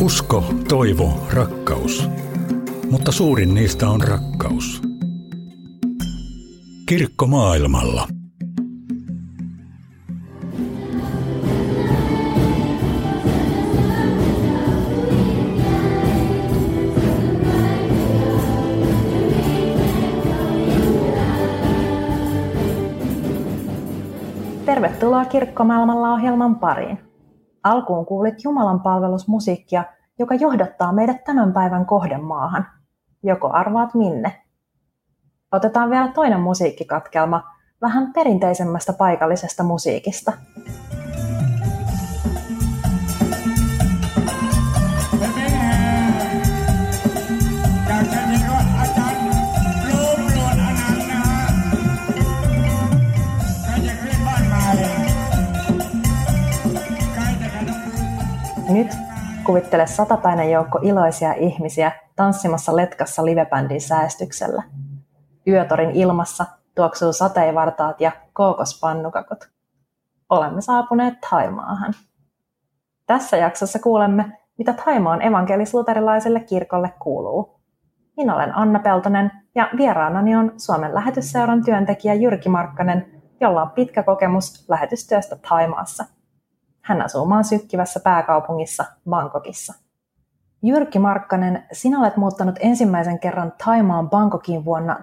Usko, toivo, rakkaus. Mutta suurin niistä on rakkaus. Kirkko maailmalla. Tervetuloa Kirkkomaailmalla ohjelman pariin. Alkuun kuulit Jumalan palvelusmusiikkia, joka johdattaa meidät tämän päivän kohdemaahan. Joko arvaat minne? Otetaan vielä toinen musiikkikatkelma vähän perinteisemmästä paikallisesta musiikista. Nyt kuvittele satapäinen joukko iloisia ihmisiä tanssimassa letkassa livebändin säästyksellä. Yötorin ilmassa tuoksuu sateenvartaat ja kookospannukakot. Olemme saapuneet Thaimaahan. Tässä jaksossa kuulemme, mitä Thaimaan evankelis-luterilaiselle kirkolle kuuluu. Minä olen Anna Peltonen ja vieraanani on Suomen lähetysseuran työntekijä Jyrki Markkanen, jolla on pitkä kokemus lähetystyöstä Thaimaassa. Hän asuu maan sykkivässä pääkaupungissa Bangkokissa. Jyrki Markkanen, sinä olet muuttanut ensimmäisen kerran Thaimaan Bangkokiin vuonna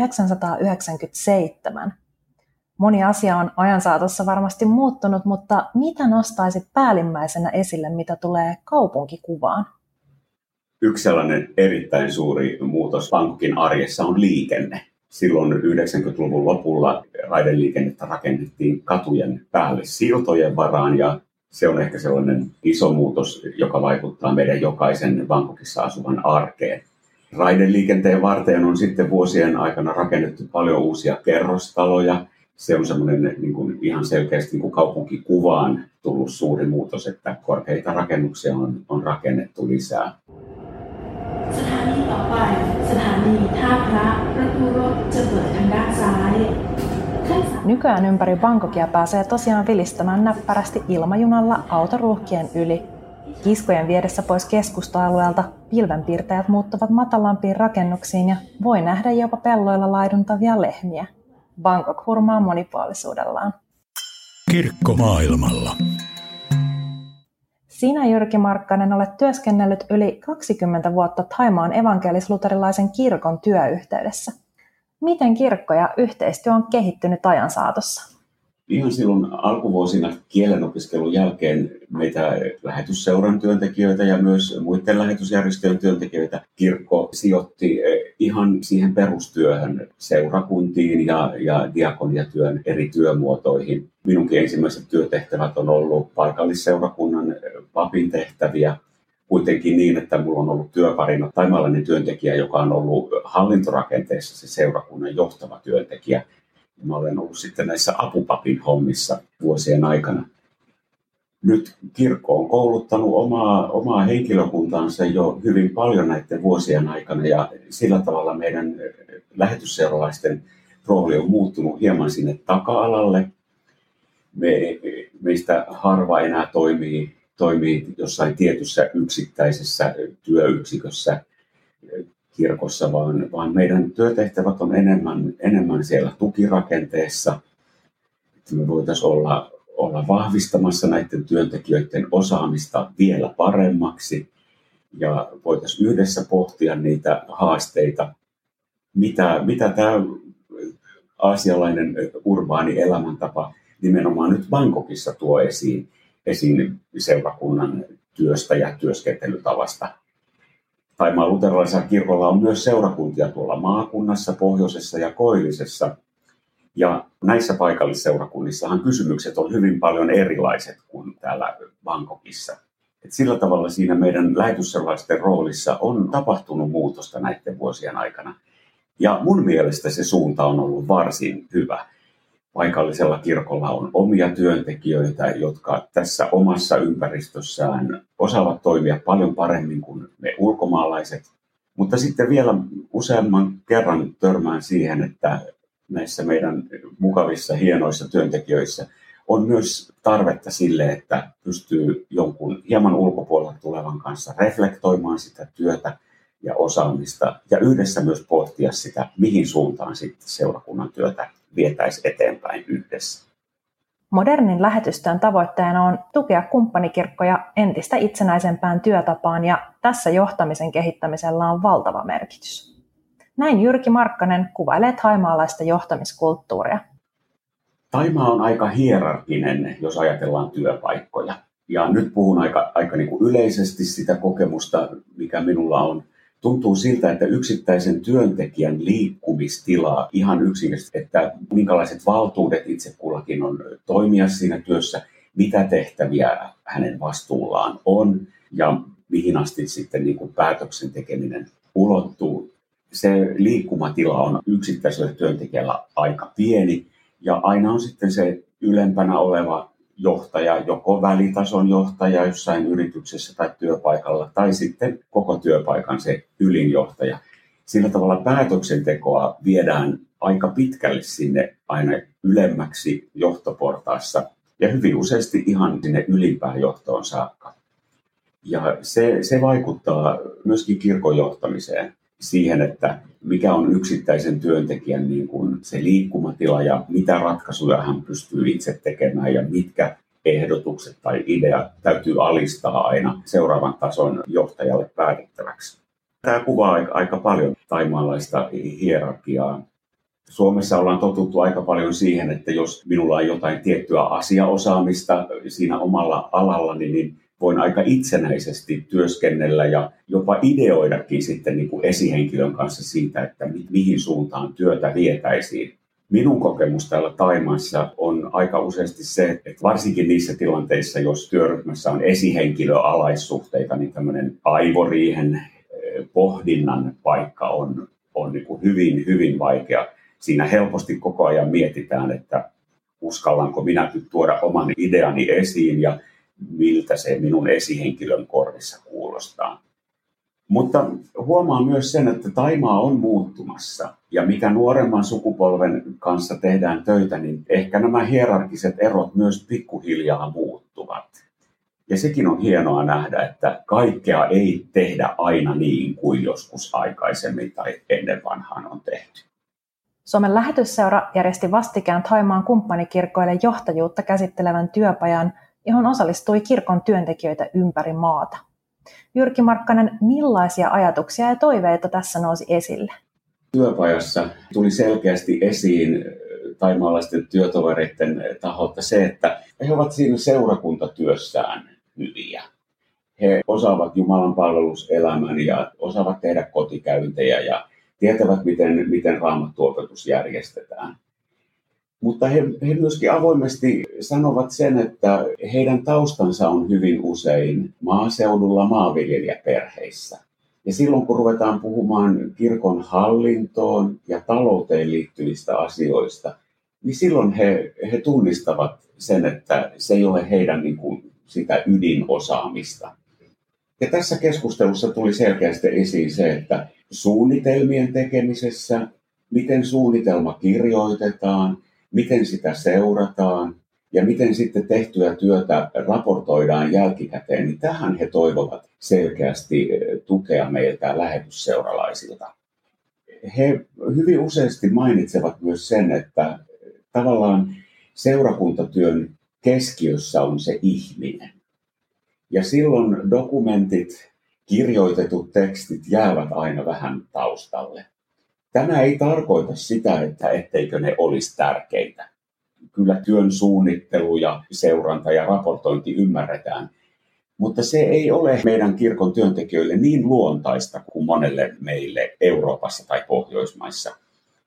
1997. Moni asia on ajan saatossa varmasti muuttunut, mutta mitä nostaisit päällimmäisenä esille, mitä tulee kaupunkikuvaan? Yksi sellainen erittäin suuri muutos Bangkokin arjessa on liikenne. Silloin 90-luvun lopulla raideliikennettä rakennettiin katujen päälle siltojen varaan ja se on ehkä sellainen iso muutos, joka vaikuttaa meidän jokaisen Bangkokissa asuvan arkeen. Raideliikenteen varten on sitten vuosien aikana rakennettu paljon uusia kerrostaloja. Se on semmoinen ihan selkeästi kaupunkikuvaan tullut suuri muutos, että korkeita rakennuksia on rakennettu lisää. Nykyään ympäri Bangkokia pääsee tosiaan vilistämään näppärästi ilmajunalla autoruuhkien yli. Kiskojen viedessä pois keskusta-alueelta pilvenpiirtäjät muuttuvat matalampiin rakennuksiin ja voi nähdä jopa pelloilla laiduntavia lehmiä. Bangkok hurmaa monipuolisuudellaan. Kirkko maailmalla. Sinä, Jyrki Markkanen, olet työskennellyt yli 20 vuotta Thaimaan evankelis-luterilaisen kirkon työyhteydessä. Miten kirkko ja yhteistyö on kehittynyt ajan saatossa? Ihan silloin alkuvuosina kielenopiskelun jälkeen meitä lähetysseuran työntekijöitä ja myös muiden lähetysjärjestöjen työntekijöitä kirkko sijoitti ihan siihen perustyöhön, seurakuntiin ja diakoniatyön eri työmuotoihin. Minunkin ensimmäiset työtehtävät on ollut paikallisseurakunnan papin tehtäviä. Kuitenkin niin, että minulla on ollut työparina thaimaalainen työntekijä, joka on ollut hallintorakenteessa se seurakunnan johtava työntekijä. Ja mä olen ollut sitten näissä apupapin hommissa vuosien aikana. Nyt kirkko on kouluttanut omaa henkilökuntaansa jo hyvin paljon näiden vuosien aikana ja sillä tavalla meidän lähetysseuralaisten rooli on muuttunut hieman sinne taka-alalle. Meistä harva enää toimii jossain tietyssä yksittäisessä työyksikössä kirkossa, vaan meidän työtehtävät on enemmän siellä tukirakenteessa. Että me voitaisiin olla vahvistamassa näiden työntekijöiden osaamista vielä paremmaksi ja voitaisiin yhdessä pohtia niitä haasteita, mitä tämä aasialainen urbaani elämäntapa nimenomaan nyt Bangkokissa tuo esiin seurakunnan työstä ja työskentelytavasta. Thaimaan luterilaisella kirkolla on myös seurakuntia tuolla maakunnassa, pohjoisessa ja koillisessa. Ja näissä paikallisseurakunnissahan kysymykset on hyvin paljon erilaiset kuin täällä Bangkokissa. Et sillä tavalla siinä meidän lähetysseuralaisten roolissa on tapahtunut muutosta näiden vuosien aikana. Ja mun mielestä se suunta on ollut varsin hyvä. Paikallisella kirkolla on omia työntekijöitä, jotka tässä omassa ympäristössään osaavat toimia paljon paremmin kuin me ulkomaalaiset. Mutta sitten vielä useamman kerran törmään siihen, että näissä meidän mukavissa, hienoissa työntekijöissä on myös tarvetta sille, että pystyy jonkun hieman ulkopuolelta tulevan kanssa reflektoimaan sitä työtä ja osaamista ja yhdessä myös pohtia sitä, mihin suuntaan sitten seurakunnan työtä vietäisiin eteenpäin yhdessä. Modernin lähetystyön tavoitteena on tukea kumppanikirkkoja entistä itsenäisempään työtapaan ja tässä johtamisen kehittämisellä on valtava merkitys. Näin Jyrki Markkanen kuvailee thaimaalaista johtamiskulttuuria. Thaimaa on aika hierarkinen, jos ajatellaan työpaikkoja. Ja nyt puhun aika niin kuin yleisesti sitä kokemusta, mikä minulla on. Tuntuu siltä, että yksittäisen työntekijän liikkumistilaa ihan yksinkertaisesti, että minkälaiset valtuudet itse kullakin on toimia siinä työssä, mitä tehtäviä hänen vastuullaan on ja mihin asti sitten niin kuin päätöksen tekeminen ulottuu. Se liikkumatila on yksittäisellä työntekijällä aika pieni ja aina on sitten se ylempänä oleva johtaja, joko välitason johtaja jossain yrityksessä tai työpaikalla, tai sitten koko työpaikan se ylinjohtaja. Sillä tavalla päätöksentekoa viedään aika pitkälle sinne aina ylemmäksi johtoportaassa ja hyvin useasti ihan sinne ylimpään johtoon saakka. Ja se vaikuttaa myöskin kirkon johtamiseen siihen, että mikä on yksittäisen työntekijän niin kuin se liikkumatila ja mitä ratkaisuja hän pystyy itse tekemään ja mitkä ehdotukset tai ideat täytyy alistaa aina seuraavan tason johtajalle päätettäväksi. Tämä kuvaa aika paljon thaimaalaista hierarkiaa. Suomessa ollaan totuttu aika paljon siihen, että jos minulla on jotain tiettyä asiaosaamista siinä omalla alallani, niin voin aika itsenäisesti työskennellä ja jopa ideoidakin sitten niin kuin esihenkilön kanssa siitä, että mihin suuntaan työtä vietäisiin. Minun kokemus täällä Thaimaassa on aika useasti se, että varsinkin niissä tilanteissa, jos työryhmässä on esihenkilöalaissuhteita, niin tämmöinen aivoriihen pohdinnan paikka on niin kuin hyvin, hyvin vaikea. Siinä helposti koko ajan mietitään, että uskallanko minä tuoda oman ideani esiin ja miltä se minun esihenkilön korvissa kuulostaa. Mutta huomaan myös sen, että Thaimaa on muuttumassa ja mikä nuoremman sukupolven kanssa tehdään töitä, niin ehkä nämä hierarkiset erot myös pikkuhiljaa muuttuvat. Ja sekin on hienoa nähdä, että kaikkea ei tehdä aina niin kuin joskus aikaisemmin tai ennen vanhaan on tehty. Suomen lähetysseura järjesti vastikään Thaimaan kumppanikirkoille johtajuutta käsittelevän työpajan, johon osallistui kirkon työntekijöitä ympäri maata. Jyrki Markkanen, millaisia ajatuksia ja toiveita tässä nousi esille? Työpajassa tuli selkeästi esiin thaimaalaisten työtovereiden taholta se, että he ovat siinä seurakuntatyössään hyviä. He osaavat Jumalan palveluselämän ja osaavat tehdä kotikäyntejä ja tietävät, miten raamattuopetus järjestetään. Mutta he myöskin avoimesti sanovat sen, että heidän taustansa on hyvin usein maaseudulla maanviljelijäperheissä. Ja silloin kun ruvetaan puhumaan kirkon hallintoon ja talouteen liittyvistä asioista, niin silloin he tunnistavat sen, että se ei ole heidän niin kuin sitä ydinosaamista. Ja tässä keskustelussa tuli selkeästi esiin se, että suunnitelmien tekemisessä, miten suunnitelma kirjoitetaan, miten sitä seurataan ja miten sitten tehtyä työtä raportoidaan jälkikäteen, niin tähän he toivovat selkeästi tukea meiltä lähetysseuralaisilta. He hyvin useasti mainitsevat myös sen, että tavallaan seurakuntatyön keskiössä on se ihminen. Ja silloin dokumentit, kirjoitetut tekstit jäävät aina vähän taustalle. Tämä ei tarkoita sitä, että etteikö ne olisi tärkeitä. Kyllä työn suunnittelu ja seuranta ja raportointi ymmärretään, mutta se ei ole meidän kirkon työntekijöille niin luontaista kuin monelle meille Euroopassa tai Pohjoismaissa.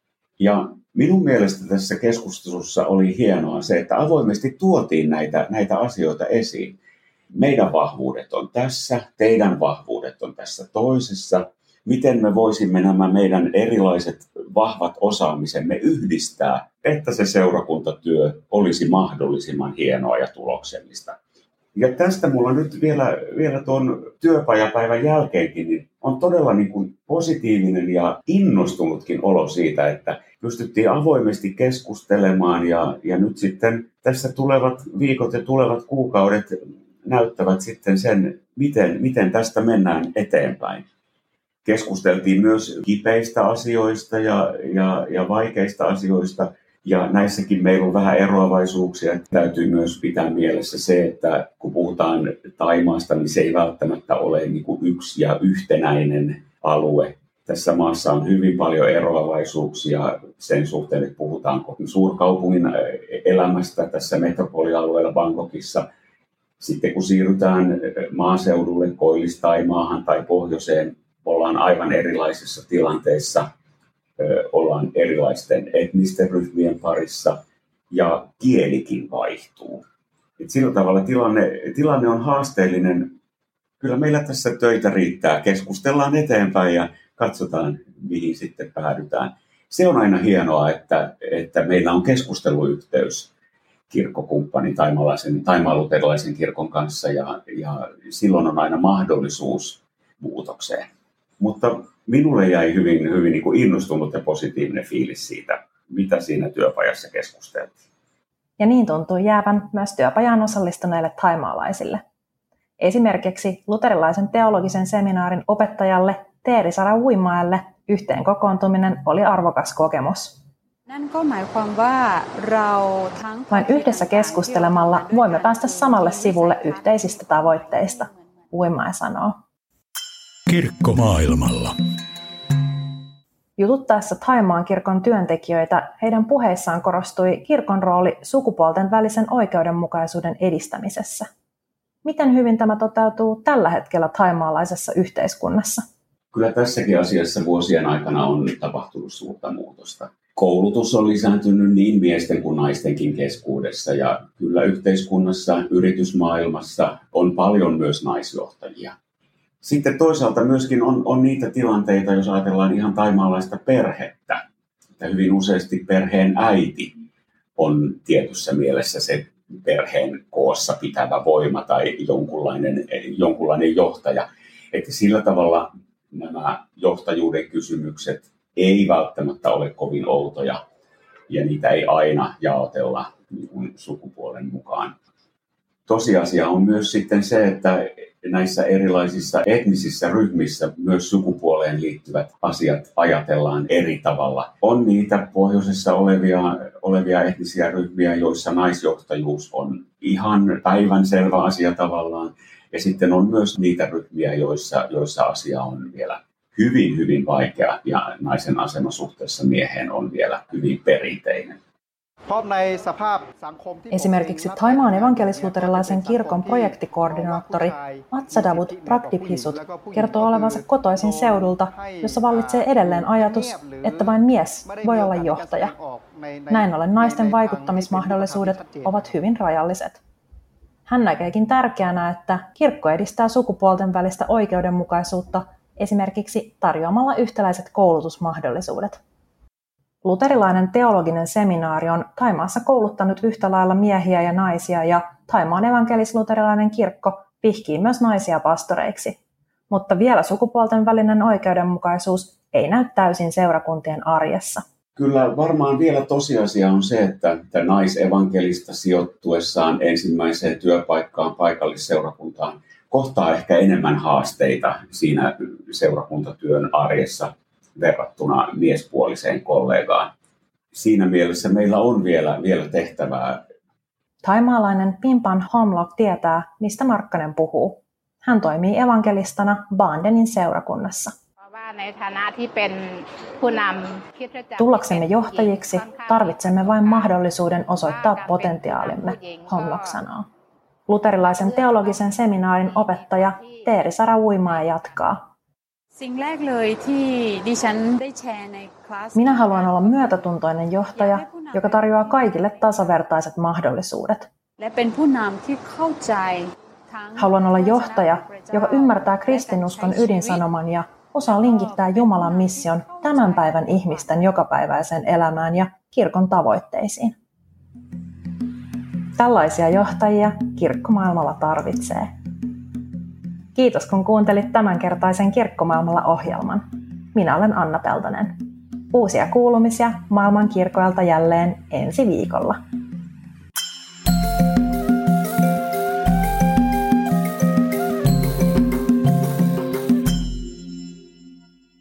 Ja minun mielestä tässä keskustelussa oli hienoa se, että avoimesti tuotiin näitä asioita esiin. Meidän vahvuudet on tässä, teidän vahvuudet on tässä toisessa. Miten me voisimme nämä meidän erilaiset vahvat osaamisemme yhdistää, että se seurakuntatyö olisi mahdollisimman hienoa ja tuloksellista. Ja tästä mulla nyt vielä tuon työpajapäivän jälkeenkin niin on todella niin kuin positiivinen ja innostunutkin olo siitä, että pystyttiin avoimesti keskustelemaan ja nyt sitten tässä tulevat viikot ja tulevat kuukaudet näyttävät sitten sen, miten tästä mennään eteenpäin. Keskusteltiin myös kipeistä asioista ja vaikeista asioista. Ja näissäkin meillä on vähän eroavaisuuksia. Täytyy myös pitää mielessä se, että kun puhutaan Thaimaasta, niin se ei välttämättä ole niin kuin yksi ja yhtenäinen alue. Tässä maassa on hyvin paljon eroavaisuuksia sen suhteen, että puhutaanko suurkaupungin elämästä tässä metropolialueella Bangkokissa. Sitten kun siirrytään maaseudulle, Koillis-Thaimaahan tai pohjoiseen, ollaan aivan erilaisissa tilanteissa. Ollaan erilaisten etnisten ryhmien parissa ja kielikin vaihtuu. Et sillä tavalla tilanne on haasteellinen. Kyllä meillä tässä töitä riittää. Keskustellaan eteenpäin ja katsotaan, mihin sitten päädytään. Se on aina hienoa, että meillä on keskusteluyhteys kirkkokumppanin Thaimaan luterilaisen kirkon kanssa ja silloin on aina mahdollisuus muutokseen. Mutta minulle jäi hyvin niin kuin innostunut ja positiivinen fiilis siitä, mitä siinä työpajassa keskusteltiin. Ja niin tuntuu jäävän myös työpajaan osallistuneille thaimaalaisille. Esimerkiksi luterilaisen teologisen seminaarin opettajalle Teeri Saravuimaelle yhteen kokoontuminen oli arvokas kokemus. Vain yhdessä keskustelemalla voimme päästä samalle sivulle yhteisistä tavoitteista, Uimaa sanoo. Kirkko maailmalla. Jututtaessa Thaimaan kirkon työntekijöitä heidän puheissaan korostui kirkon rooli sukupuolten välisen oikeudenmukaisuuden edistämisessä. Miten hyvin tämä toteutuu tällä hetkellä thaimaalaisessa yhteiskunnassa? Kyllä tässäkin asiassa vuosien aikana on tapahtunut suurta muutosta. Koulutus on lisääntynyt niin miesten kuin naistenkin keskuudessa ja kyllä yhteiskunnassa, yritysmaailmassa on paljon myös naisjohtajia. Sitten toisaalta myöskin on niitä tilanteita, jos ajatellaan ihan thaimaalaista perhettä, että hyvin useasti perheen äiti on tietyssä mielessä se perheen koossa pitävä voima tai jonkunlainen johtaja. Että sillä tavalla nämä johtajuuden kysymykset ei välttämättä ole kovin outoja ja niitä ei aina jaotella niin kuin sukupuolen mukaan. Tosiasia on myös sitten se, että näissä erilaisissa etnisissä ryhmissä myös sukupuoleen liittyvät asiat ajatellaan eri tavalla. On niitä pohjoisessa olevia etnisiä ryhmiä, joissa naisjohtajuus on ihan päivänselvä asia tavallaan. Ja sitten on myös niitä ryhmiä, joissa asia on vielä hyvin, hyvin vaikea ja naisen asema suhteessa mieheen on vielä hyvin perinteinen. Esimerkiksi Thaimaan evankelis-luterilaisen kirkon projektikoordinaattori Atsadavut Praktipisut kertoo olevansa kotoisin seudulta, jossa vallitsee edelleen ajatus, että vain mies voi olla johtaja. Näin ollen naisten vaikuttamismahdollisuudet ovat hyvin rajalliset. Hän näkeekin tärkeänä, että kirkko edistää sukupuolten välistä oikeudenmukaisuutta esimerkiksi tarjoamalla yhtäläiset koulutusmahdollisuudet. Luterilainen teologinen seminaari on Thaimaassa kouluttanut yhtä lailla miehiä ja naisia ja Thaimaan evankelis-luterilainen kirkko vihkii myös naisia pastoreiksi. Mutta vielä sukupuolten välinen oikeudenmukaisuus ei näy täysin seurakuntien arjessa. Kyllä varmaan vielä tosiasia on se, että naisevankelista sijoittuessaan ensimmäiseen työpaikkaan paikallisseurakuntaan kohtaa ehkä enemmän haasteita siinä seurakuntatyön arjessa verrattuna miespuoliseen kollegaan. Siinä mielessä meillä on vielä tehtävää. Thaimaalainen Pimpan Homlock tietää, mistä Markkanen puhuu. Hän toimii evankelistana Bandenin seurakunnassa. Tullaksemme johtajiksi tarvitsemme vain mahdollisuuden osoittaa potentiaalimme, Homlock sanoo. Luterilaisen teologisen seminaarin opettaja Teeri Saravuimaa jatkaa. Minä haluan olla myötätuntoinen johtaja, joka tarjoaa kaikille tasavertaiset mahdollisuudet. Haluan olla johtaja, joka ymmärtää kristinuskon ydinsanoman ja osaa linkittää Jumalan mission tämän päivän ihmisten jokapäiväiseen elämään ja kirkon tavoitteisiin. Tällaisia johtajia kirkkomaailmalla tarvitsee. Kiitos kun kuuntelit tämänkertaisen Kirkkomaailmalla -ohjelman. Minä olen Anna Peltonen. Uusia kuulumisia maailmankirkoilta jälleen ensi viikolla.